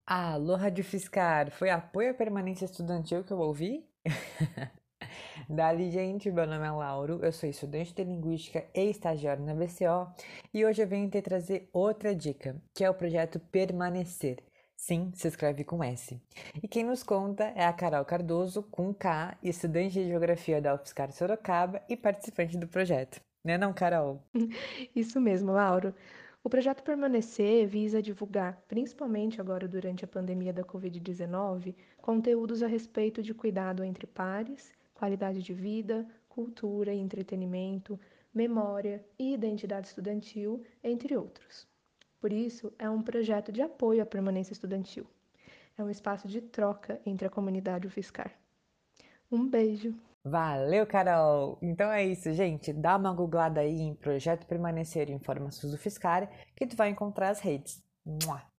Alô, Rádio Fiscar, foi apoio à permanência estudantil que eu ouvi? Dali, gente, meu nome é Lauro, eu sou estudante de Linguística e estagiário na BCO e hoje eu venho te trazer outra dica, que é o projeto Permanecer. Sim, se escreve com S. E quem nos conta é a Carol Cardoso, com K, estudante de Geografia da UFSCar Sorocaba e participante do projeto. Né não, Carol? Isso mesmo, Lauro. O projeto Permanecer visa divulgar, principalmente agora durante a pandemia da Covid-19, conteúdos a respeito de cuidado entre pares, qualidade de vida, cultura e entretenimento, memória e identidade estudantil, entre outros. Por isso, é um projeto de apoio à permanência estudantil. É um espaço de troca entre a comunidade UFSCar. Um beijo! Valeu, Carol! Então é isso, gente. Dá uma googlada aí em Projeto Permanecer em Informações do Fiscar que tu vai encontrar as redes. Mua!